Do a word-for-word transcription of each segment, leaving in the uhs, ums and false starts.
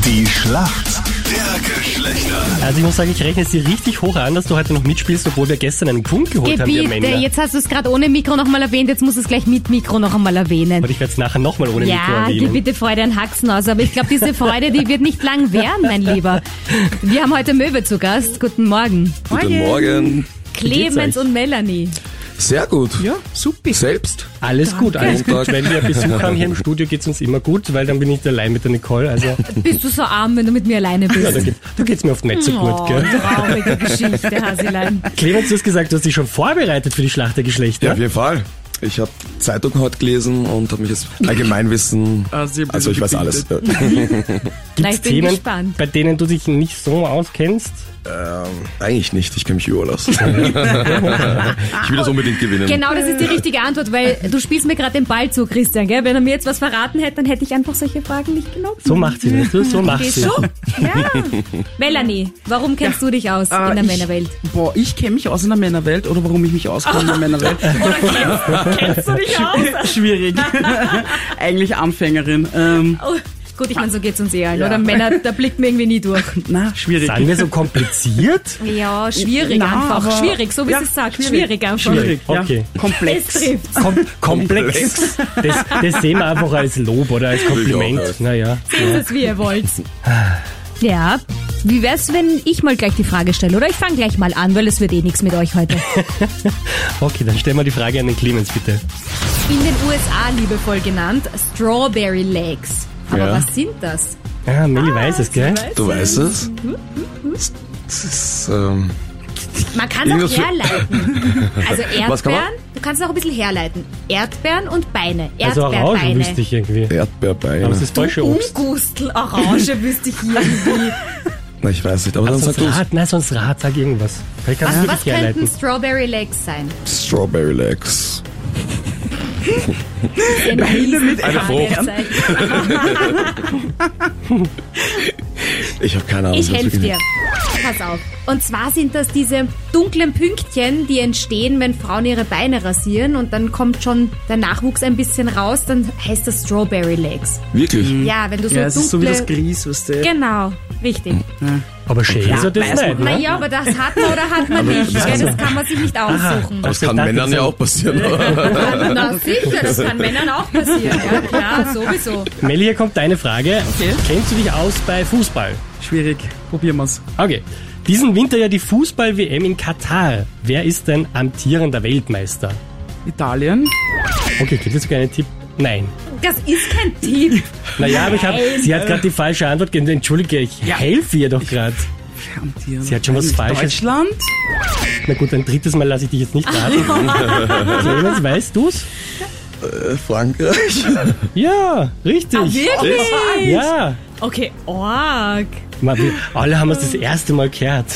Die Schlacht der Geschlechter. Also ich muss sagen, ich rechne es dir richtig hoch an, dass du heute noch mitspielst, obwohl wir gestern einen Punkt geholt haben, wir Männer. Jetzt hast du es gerade ohne Mikro noch mal erwähnt, jetzt musst du es gleich mit Mikro noch einmal erwähnen. Und ich werde es nachher nochmal ohne ja, Mikro erwähnen. Ja, gib bitte Freude an Haxen aus, aber ich glaube, diese Freude, die wird nicht lang währen, mein Lieber. Wir haben heute Möwe zu Gast. Guten Morgen. Guten Morgen. Clemens und Melanie. Sehr gut. Ja, super. Selbst? Alles Danke. gut, alles gut. Wenn wir Besuch haben hier im Studio, geht es uns immer gut, weil dann bin ich allein mit der Nicole. Also bist du so arm, wenn du mit mir alleine bist? ja, da geht da geht's mir oft nicht so gut. Oh, Gell? traurige Geschichte, Hasilein. Clemens, du hast gesagt, du hast dich schon vorbereitet für die Schlacht der Geschlechter. Ja, auf jeden Fall. Ich habe Zeitung heute gelesen und habe mich jetzt Allgemeinwissen, Ah, Sie haben also ich weiß alles. gebildet. Na, Gibt ich es bin Themen, gespannt. bei denen du dich nicht so auskennst? Ähm, eigentlich nicht, ich kann mich überlassen. Ich will das unbedingt gewinnen. Genau, das ist die richtige Antwort, weil du spielst mir gerade den Ball zu, Christian, gell? Wenn er mir jetzt was verraten hätte, dann hätte ich einfach solche Fragen nicht genommen. So macht sie das, so macht Gehst sie. du? Ja. Melanie, warum kennst du dich aus Äh, in der ich, Männerwelt? Boah, ich kenne mich aus in der Männerwelt oder warum ich mich auskenne in der Männerwelt. Kennst du dich aus? Schwierig. Eigentlich Anfängerin. Ähm, Oh, gut, ich meine, so geht's uns eh allen, Ja. oder? Männer, da blickt man irgendwie nie durch. na, schwierig. Sind wir so kompliziert? Ja, schwierig Na, einfach. aber- Schwierig, so wie Ja, sie es sagt. schwierig. Schwierig einfach. Schwierig, Okay. ja. Komplex. Es trifft. Kom komplex. Das, das sehen wir einfach als Lob oder als Kompliment. Ich auch, ja. Naja. Seht es, wie ihr wollt. Ja, wie wär's, wenn ich mal gleich die Frage stelle, oder? Ich fange gleich mal an, weil es wird eh nichts mit euch heute. Okay, dann stellen wir die Frage an den Clemens, bitte. In den U S A liebevoll genannt Strawberry Legs. Aber Ja. was sind das? Ah, Melli weiß es, gell? Du weißt es? Das ist, ähm, Man kann es auch Irgendwas für- herleiten. Also Was kann man? Erdbeeren, du kannst es auch ein bisschen herleiten. Erdbeeren und Beine. Also Orangen Erdbeerbeine. wüsste ich irgendwie. Erdbeerbeine. Aber es ist falsche Obst. Ungustel, Orange wüsste ich irgendwie. Na, ich weiß nicht, aber dann Also sag sonst du's. Rat, nein, sonst Rat, sag irgendwas. Vielleicht kannst Was, du was wirklich herleiten. könnten Strawberry Legs sein? Strawberry Legs. Beine mit Eine Frucht. Ich habe keine Ahnung. Ich was helfe wirklich- dir. Pass auf. Und zwar sind das diese dunklen Pünktchen, die entstehen, wenn Frauen ihre Beine rasieren und dann kommt schon der Nachwuchs ein bisschen raus, dann heißt das Strawberry Legs. Wirklich? Ja, wenn du so Ja, es ist so wie dunkle... das Grieß, weißt du. Genau, richtig. Aber schön ist er das weiß man. nicht, ne? Naja, aber das hat man oder hat man nicht. das Gell? kann- Das kann man sich nicht aussuchen. Aber das kann dachte, Männern das ja sind- auch passieren. Na sicher, das kann Männern auch passieren. Ja klar, sowieso. Melli, hier kommt deine Frage. Okay. Kennst du dich aus bei Fußball? Schwierig. Probieren wir's. Okay. Diesen Winter ja die Fußball-W M in Katar. Wer ist denn amtierender Weltmeister? Italien. Okay, gibt es sogar einen Tipp? Nein. Das ist kein Tipp. Naja, aber ich hab, sie hat gerade die falsche Antwort gegeben. Entschuldige, ich helfe ihr doch gerade. Amtieren. Sie hat schon was Eigentlich Falsches. Deutschland? Na gut, ein drittes Mal lasse ich dich jetzt nicht raten. Clemens, weißt du's? Äh, Frankreich? Ja, richtig. Ah, wirklich? Ja. Okay, org. Man, wir, alle haben es das erste Mal gehört.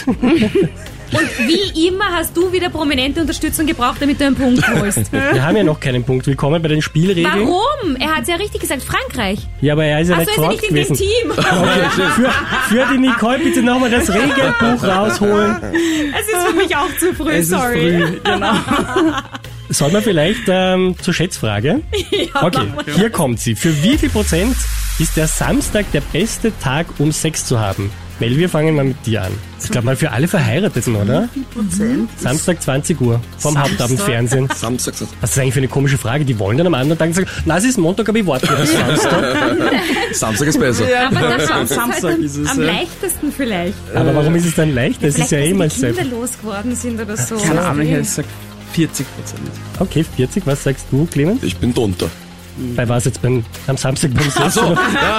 Und wie immer hast du wieder prominente Unterstützung gebraucht, damit du einen Punkt holst. Wir haben ja noch keinen Punkt. Willkommen bei den Spielregeln. Warum? Er hat es ja richtig gesagt, Frankreich. Ja, aber er ist ja Achso, nicht ist er vor nicht Ort in dem gewesen. Team. Okay, für, für die Nicole bitte nochmal das Regelbuch rausholen. Es ist für mich auch zu früh, Es ist sorry. früh. Genau. Sollen wir vielleicht ähm, zur Schätzfrage? Okay, hier kommt sie. Für wie viel Prozent ist der Samstag der beste Tag, um Sex zu haben? Mel, wir fangen mal mit dir an. Ich glaube mal für alle Verheirateten, oder? Samstag zwanzig Uhr vom Samstag? Hauptabendfernsehen. Samstag. Was ist eigentlich für eine komische Frage? Die wollen dann am anderen Tag sagen, na, es ist Montag, aber ich warte bis Samstag. Samstag ist besser. Aber das ist halt Samstag am, ist es, am ja. leichtesten vielleicht. Aber warum ist es dann leicht? Das ist Vielleicht, ja eh mal dass die Kinder selbst. losgeworden sind oder so. Keine Ahnung, ich hätte gesagt vierzig Prozent. Okay, vierzig, was sagst du, Clemens? Ich bin drunter. Bei was jetzt beim, am Samstag beim Sex? so.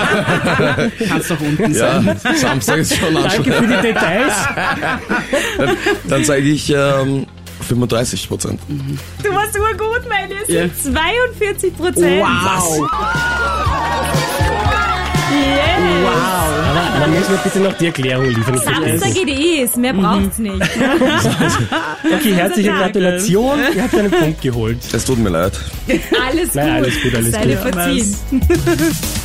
Kannst doch unten Ja, sein. Samstag ist schon Danke für anstrengend. die Details. Dann, dann sage ich ähm, fünfunddreißig Prozent. Du warst urgut, meine. Es Ja. sind zweiundvierzig Prozent. Wow. Yeah. Aber man muss mir bitte noch die Erklärung liefern. Ich verstehe es Samstag nicht. it is, mehr braucht's nicht. Okay, herzliche Tag. Gratulation. Ihr habt einen Punkt geholt. Es tut mir leid. Alles gut. Nein, alles gut, alles Sei dir gut. verziehen.